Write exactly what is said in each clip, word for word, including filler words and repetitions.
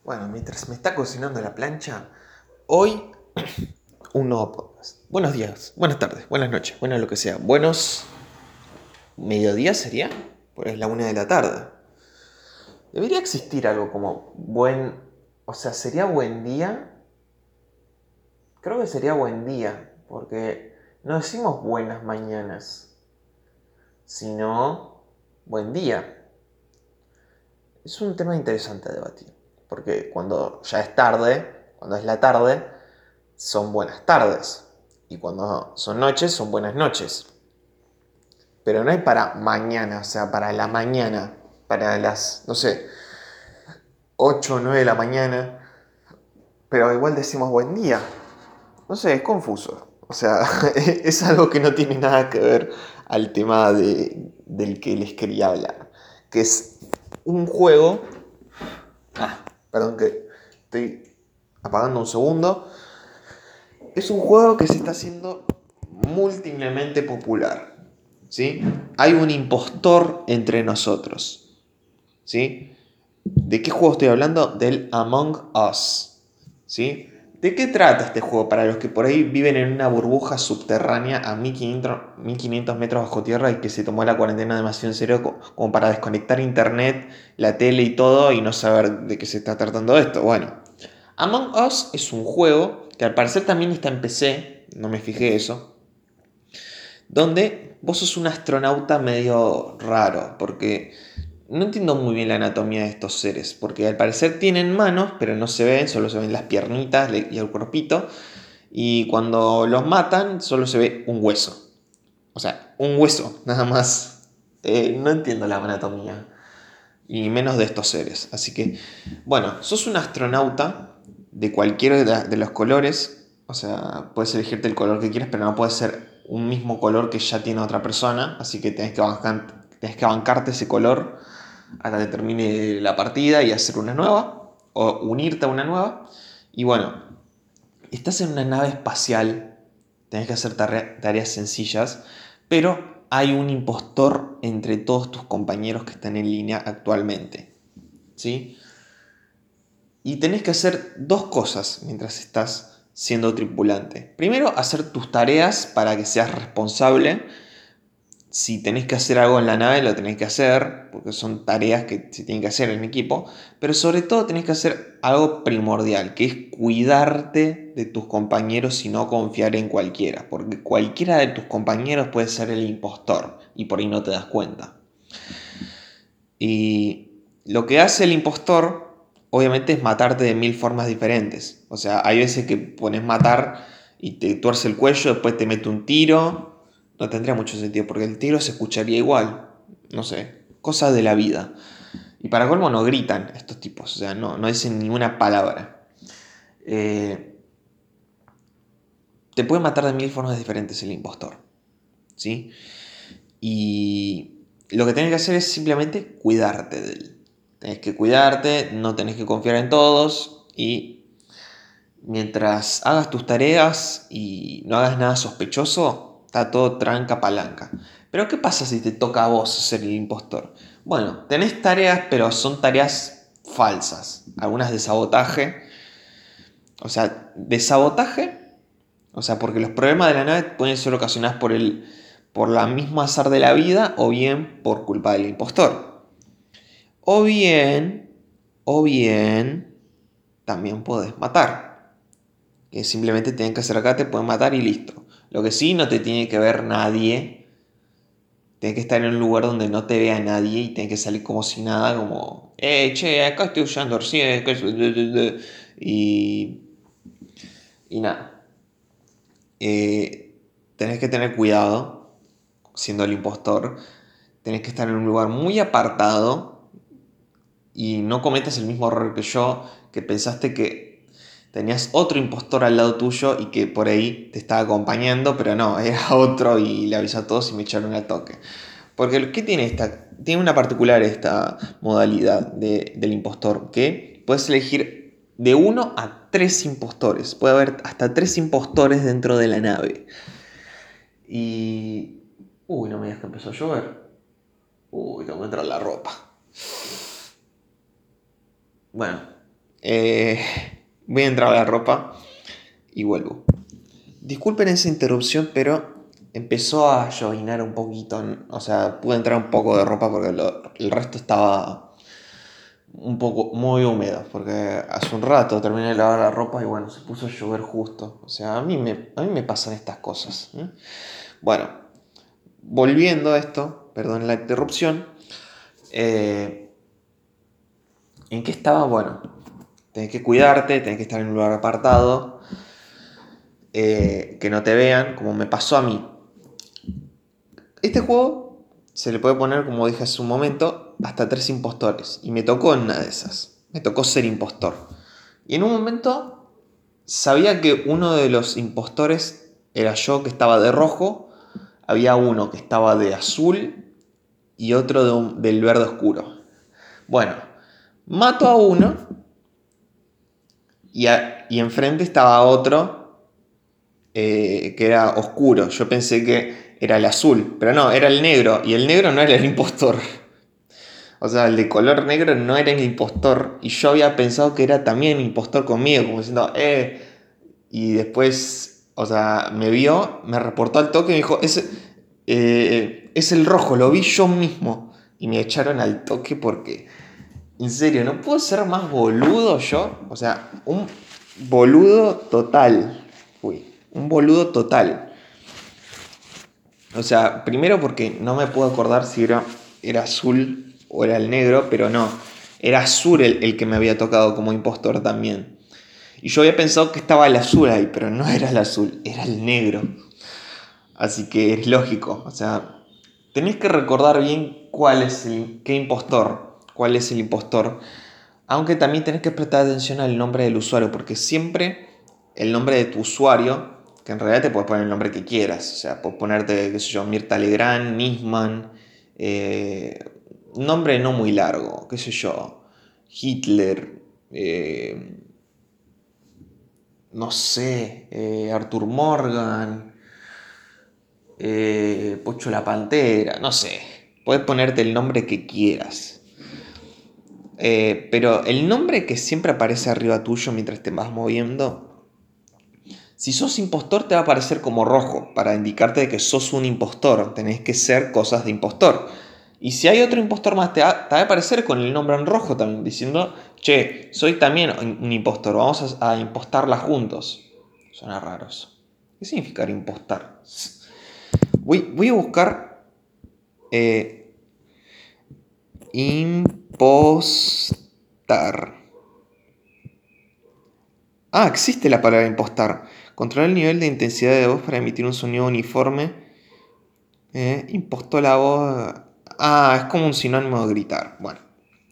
Bueno, mientras me está cocinando la plancha, hoy un nuevo podcast. Buenos días, buenas tardes, buenas noches, buenas lo que sea. Buenos mediodías sería, pues es la una de la tarde. Debería existir algo como buen, o sea, sería buen día. Creo que sería buen día, porque no decimos buenas mañanas, sino buen día. Es un tema interesante a debatir, porque cuando ya es tarde, cuando es la tarde, son buenas tardes. Y cuando son noches, son buenas noches. Pero no hay para mañana, o sea, para la mañana, para las, no sé, ocho o nueve de la mañana. Pero igual decimos buen día. No sé, es confuso. O sea, es algo que no tiene nada que ver al tema de, del que les quería hablar. Que es un juego. Ah, perdón que estoy apagando un segundo. Es un juego que se está haciendo múltiplemente popular, ¿sí? Hay un impostor entre nosotros, ¿sí? ¿De qué juego estoy hablando? Del Among Us, ¿sí? ¿De qué trata este juego para los que por ahí viven en una burbuja subterránea a mil quinientos metros bajo tierra y que se tomó la cuarentena demasiado en serio como para desconectar internet, la tele y todo y no saber de qué se está tratando esto? Bueno, Among Us es un juego que al parecer también está en P C, no me fijé eso, donde vos sos un astronauta medio raro, porque no entiendo muy bien la anatomía de estos seres, porque al parecer tienen manos, pero no se ven, solo se ven las piernitas y el cuerpito, y cuando los matan solo se ve un hueso. O sea, un hueso, nada más. Eh, no entiendo la anatomía, y menos de estos seres. Así que, bueno, sos un astronauta de cualquiera de, la- de los colores, o sea, puedes elegirte el color que quieras, pero no puede ser un mismo color que ya tiene otra persona, así que tenés que, bancar, tenés que bancarte ese color hasta que termine la partida y hacer una nueva, o unirte a una nueva. Y bueno, estás en una nave espacial, tenés que hacer tare- tareas sencillas, pero hay un impostor entre todos tus compañeros que están en línea actualmente, ¿sí? Y tenés que hacer dos cosas mientras estás siendo tripulante. Primero, hacer tus tareas para que seas responsable. Si tenés que hacer algo en la nave, lo tenés que hacer, porque son tareas que se tienen que hacer en equipo, pero sobre todo tenés que hacer algo primordial, que es cuidarte de tus compañeros y no confiar en cualquiera, porque cualquiera de tus compañeros puede ser el impostor y por ahí no te das cuenta. Y lo que hace el impostor, obviamente, es matarte de mil formas diferentes. O sea, hay veces que pones matar y te tuerce el cuello, después te mete un tiro. No tendría mucho sentido, porque el tiro se escucharía igual. No sé, cosas de la vida. Y para colmo no gritan estos tipos, o sea, no, no dicen ninguna palabra. Eh, te puede matar de mil formas diferentes el impostor, ¿sí? Y lo que tenés que hacer es simplemente cuidarte de él. Tenés que cuidarte, no tenés que confiar en todos y mientras hagas tus tareas y no hagas nada sospechoso, está todo tranca palanca. Pero ¿qué pasa si te toca a vos ser el impostor? Bueno, tenés tareas, pero son tareas falsas. Algunas de sabotaje. O sea, de sabotaje. O sea, porque los problemas de la nave pueden ser ocasionados por el, por la misma azar de la vida o bien por culpa del impostor. O bien, o bien, también podés matar. Que simplemente tienen que acercarte, te pueden matar y listo. Lo que sí, no te tiene que ver nadie. Tienes que estar en un lugar donde no te vea nadie y tienes que salir como si nada, como, eh, che, acá estoy usando recién. Y, y nada. Eh, tenés que tener cuidado siendo el impostor. Tenés que estar en un lugar muy apartado y no cometas el mismo error que yo, que pensaste que tenías otro impostor al lado tuyo y que por ahí te estaba acompañando, pero no, era otro y le avisó a todos y me echaron al toque. Porque ¿qué tiene esta? Tiene una particular esta modalidad de, del impostor, que puedes elegir de uno a tres impostores. Puede haber hasta tres impostores dentro de la nave. Y... Uy, no me digas que empezó a llover. Uy, tengo que entrar la ropa. Bueno, Eh, voy a entrar a la ropa y vuelvo. Disculpen esa interrupción, pero empezó a lloviznar un poquito. O sea, pude entrar un poco de ropa porque lo, el resto estaba un poco muy húmedo. Porque hace un rato terminé de lavar la ropa y bueno, se puso a llover justo. O sea, a mí me, a mí me pasan estas cosas. ¿eh? Bueno, volviendo a esto, perdón la interrupción. Eh, ¿En qué estaba? Bueno, tenés que cuidarte, tenés que estar en un lugar apartado. Eh, que no te vean, como me pasó a mí. Este juego se le puede poner, como dije hace un momento, hasta tres impostores. Y me tocó en una de esas. Me tocó ser impostor. Y en un momento sabía que uno de los impostores era yo, que estaba de rojo. Había uno que estaba de azul y otro de un, del verde oscuro. Bueno, mato a uno y, a, y enfrente estaba otro eh, que era oscuro. Yo pensé que era el azul, pero no, era el negro. Y el negro no era el impostor. O sea, el de color negro no era el impostor. Y yo había pensado que era también impostor conmigo, como diciendo, eh. Y después, o sea, me vio, me reportó al toque y me dijo, es, eh, es el rojo, lo vi yo mismo. Y me echaron al toque porque, en serio, no puedo ser más boludo yo. O sea, un boludo total. Fui, un boludo total. O sea, primero porque no me puedo acordar si era, era azul o era el negro, pero no. Era azul el, el que me había tocado como impostor también. Y yo había pensado que estaba el azul ahí, pero no era el azul, era el negro. Así que es lógico. O sea, tenés que recordar bien cuál es el, qué impostor, cuál es el impostor. Aunque también tenés que prestar atención al nombre del usuario, porque siempre el nombre de tu usuario, que en realidad te puedes poner el nombre que quieras. O sea, puedes ponerte, qué sé yo, Mirta Legrand, Nisman, eh, nombre no muy largo, qué sé yo, Hitler, eh, no sé, eh, Arthur Morgan, eh, Pocho la Pantera, no sé. Puedes ponerte el nombre que quieras. Eh, pero el nombre que siempre aparece arriba tuyo mientras te vas moviendo, si sos impostor te va a aparecer como rojo para indicarte de que sos un impostor. Tenés que ser cosas de impostor. Y si hay otro impostor más, te va, te va a aparecer con el nombre en rojo también, diciendo, che, soy también un impostor, vamos a, a impostarla juntos. Suena raro eso. ¿Qué significa impostar? Voy, voy a buscar eh, impostar. Ah, existe la palabra impostar. Controlar el nivel de intensidad de voz para emitir un sonido uniforme. Eh, impostó la voz. Ah, es como un sinónimo de gritar. Bueno.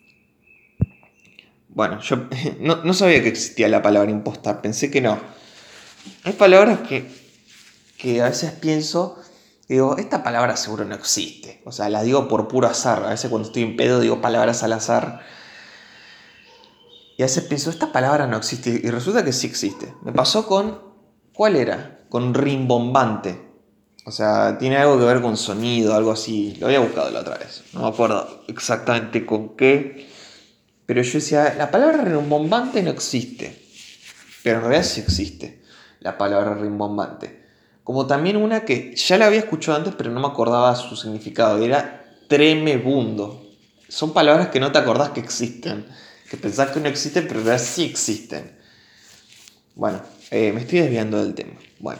Bueno, yo no, no sabía que existía la palabra impostar. Pensé que no. Hay palabras que, que a veces pienso. Digo, esta palabra seguro no existe. O sea, la digo por puro azar. A veces cuando estoy en pedo digo palabras al azar. Y a veces pienso, esta palabra no existe. Y resulta que sí existe. Me pasó con... ¿Cuál era? Con rimbombante. O sea, tiene algo que ver con sonido, algo así. Lo había buscado la otra vez. No me acuerdo exactamente con qué. Pero yo decía, la palabra rimbombante no existe. Pero en realidad sí existe la palabra rimbombante. Como también una que ya la había escuchado antes, pero no me acordaba su significado. Era tremebundo. Son palabras que no te acordás que existen. Que pensás que no existen, pero en realidad sí existen. Bueno, eh, me estoy desviando del tema. Bueno.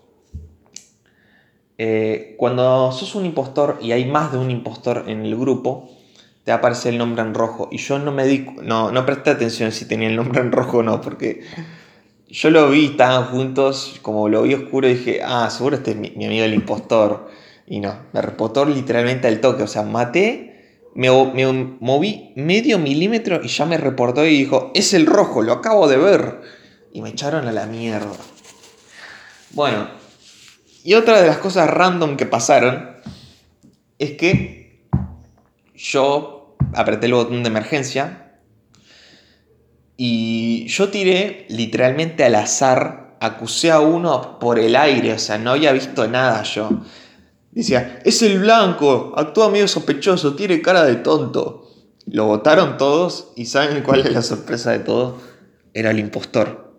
Eh, cuando sos un impostor y hay más de un impostor en el grupo, te va a aparecer el nombre en rojo. Y yo no me di, no, no presté atención si tenía el nombre en rojo o no, porque yo lo vi, estaban juntos, como lo vi oscuro, dije, ah, seguro este es mi, mi amigo el impostor. Y no, me reportó literalmente al toque, o sea, maté, me, me moví medio milímetro y ya me reportó y dijo, es el rojo, lo acabo de ver. Y me echaron a la mierda. Bueno, y otra de las cosas random que pasaron es que yo apreté el botón de emergencia y yo tiré literalmente al azar, acusé a uno por el aire, o sea, no había visto nada yo. Decía, es el blanco, actúa medio sospechoso, tiene cara de tonto. Lo votaron todos y ¿saben cuál es la sorpresa de todo? era el impostor.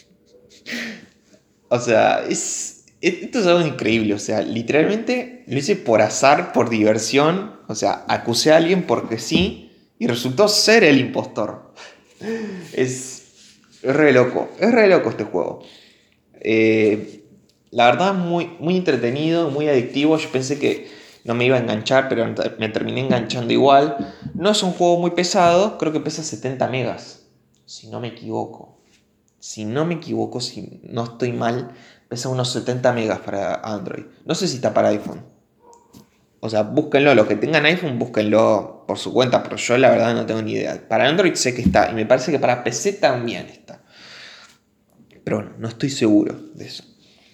O sea, es, esto es algo increíble. O sea, literalmente lo hice por azar, por diversión. O sea, acusé a alguien porque sí y resultó ser el impostor. Es, es re loco, es re loco este juego. Eh, la verdad, muy, muy entretenido, muy adictivo. Yo pensé que no me iba a enganchar, pero me terminé enganchando igual. No es un juego muy pesado, creo que pesa setenta megas, si no me equivoco. Si no me equivoco, si no estoy mal, pesa unos setenta megas para Android. No sé si está para iPhone. O sea, búsquenlo, los que tengan iPhone, búsquenlo por su cuenta, pero yo la verdad no tengo ni idea. Para Android sé que está, y me parece que para P C también está. Pero bueno, no estoy seguro de eso.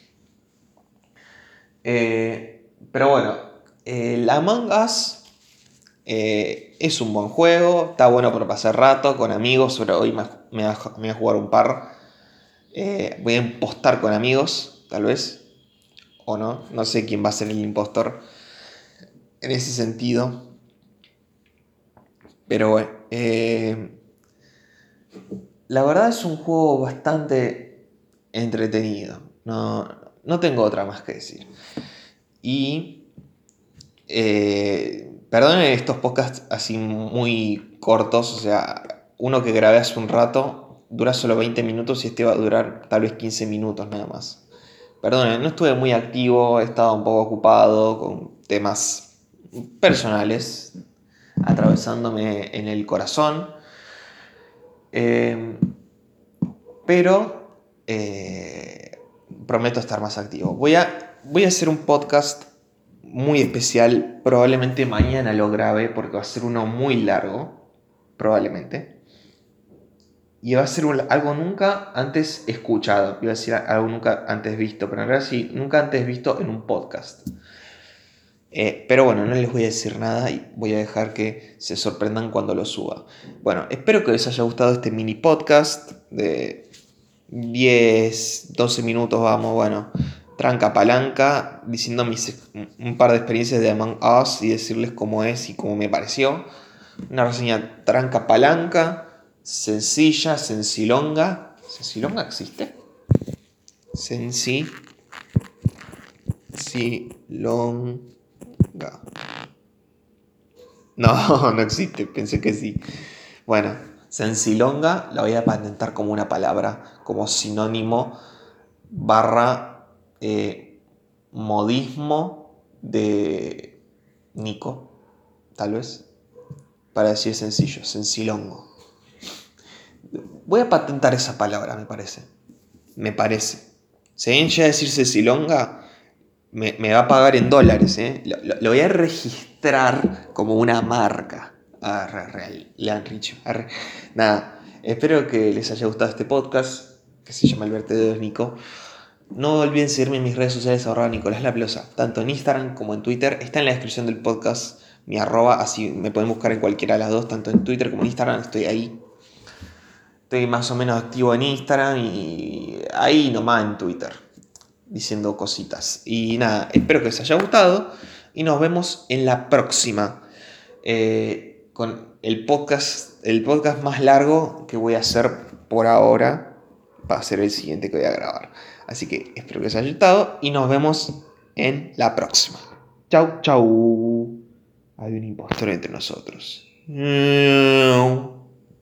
Eh, pero bueno, el Among Us eh, es un buen juego, está bueno para pasar rato con amigos. Sobre hoy me, me, me voy a jugar un par. Eh, voy a impostar con amigos, tal vez, o no. No sé quién va a ser el impostor en ese sentido. Pero bueno, eh, la verdad es un juego bastante entretenido. No, no tengo otra más que decir. Y eh, perdonen estos podcasts así muy cortos. O sea, uno que grabé hace un rato dura solo veinte minutos y este va a durar tal vez quince minutos nada más. Perdonen, no estuve muy activo, he estado un poco ocupado con temas personales atravesándome en el corazón. Eh, pero eh, prometo estar más activo. Voy a, voy a hacer un podcast muy especial. Probablemente mañana lo grabe porque va a ser uno muy largo. Probablemente. Y va a ser un, algo nunca antes escuchado. Iba a decir algo nunca antes visto. Pero en realidad sí, nunca antes visto en un podcast. Eh, pero bueno, no les voy a decir nada y voy a dejar que se sorprendan cuando lo suba. Bueno, espero que les haya gustado este mini podcast de diez, doce minutos, vamos, bueno, tranca palanca, diciendo mis, un par de experiencias de Among Us y decirles cómo es y cómo me pareció. Una reseña tranca palanca, sencilla, sencilonga. ¿Sencilonga existe? Sensi. Silonga. No, no existe, pensé que sí. Bueno, sencilonga la voy a patentar como una palabra, como sinónimo barra eh, modismo de Nico, tal vez, para decir sencillo, sencilongo. Voy a patentar esa palabra, me parece. Me parece. Si alguien llega a decir sencilonga, me, me va a pagar en dólares, ¿eh? Lo, lo, lo voy a registrar como una marca. Arre, arre, le han dicho. Arre. Nada, espero que les haya gustado este podcast, que se llama El Vertedero de Nico. No olviden seguirme en mis redes sociales, arroba Nicolás Laplosa, tanto en Instagram como en Twitter. Está en la descripción del podcast mi arroba, así me pueden buscar en cualquiera de las dos, tanto en Twitter como en Instagram, estoy ahí. Estoy más o menos activo en Instagram y ahí nomás en Twitter, diciendo cositas. Y nada, espero que les haya gustado y nos vemos en la próxima. Eh, con el podcast, el podcast más largo que voy a hacer por ahora. Va a ser el siguiente que voy a grabar. Así que espero que les haya gustado y nos vemos en la próxima. Chau, chau. Hay un impostor entre nosotros.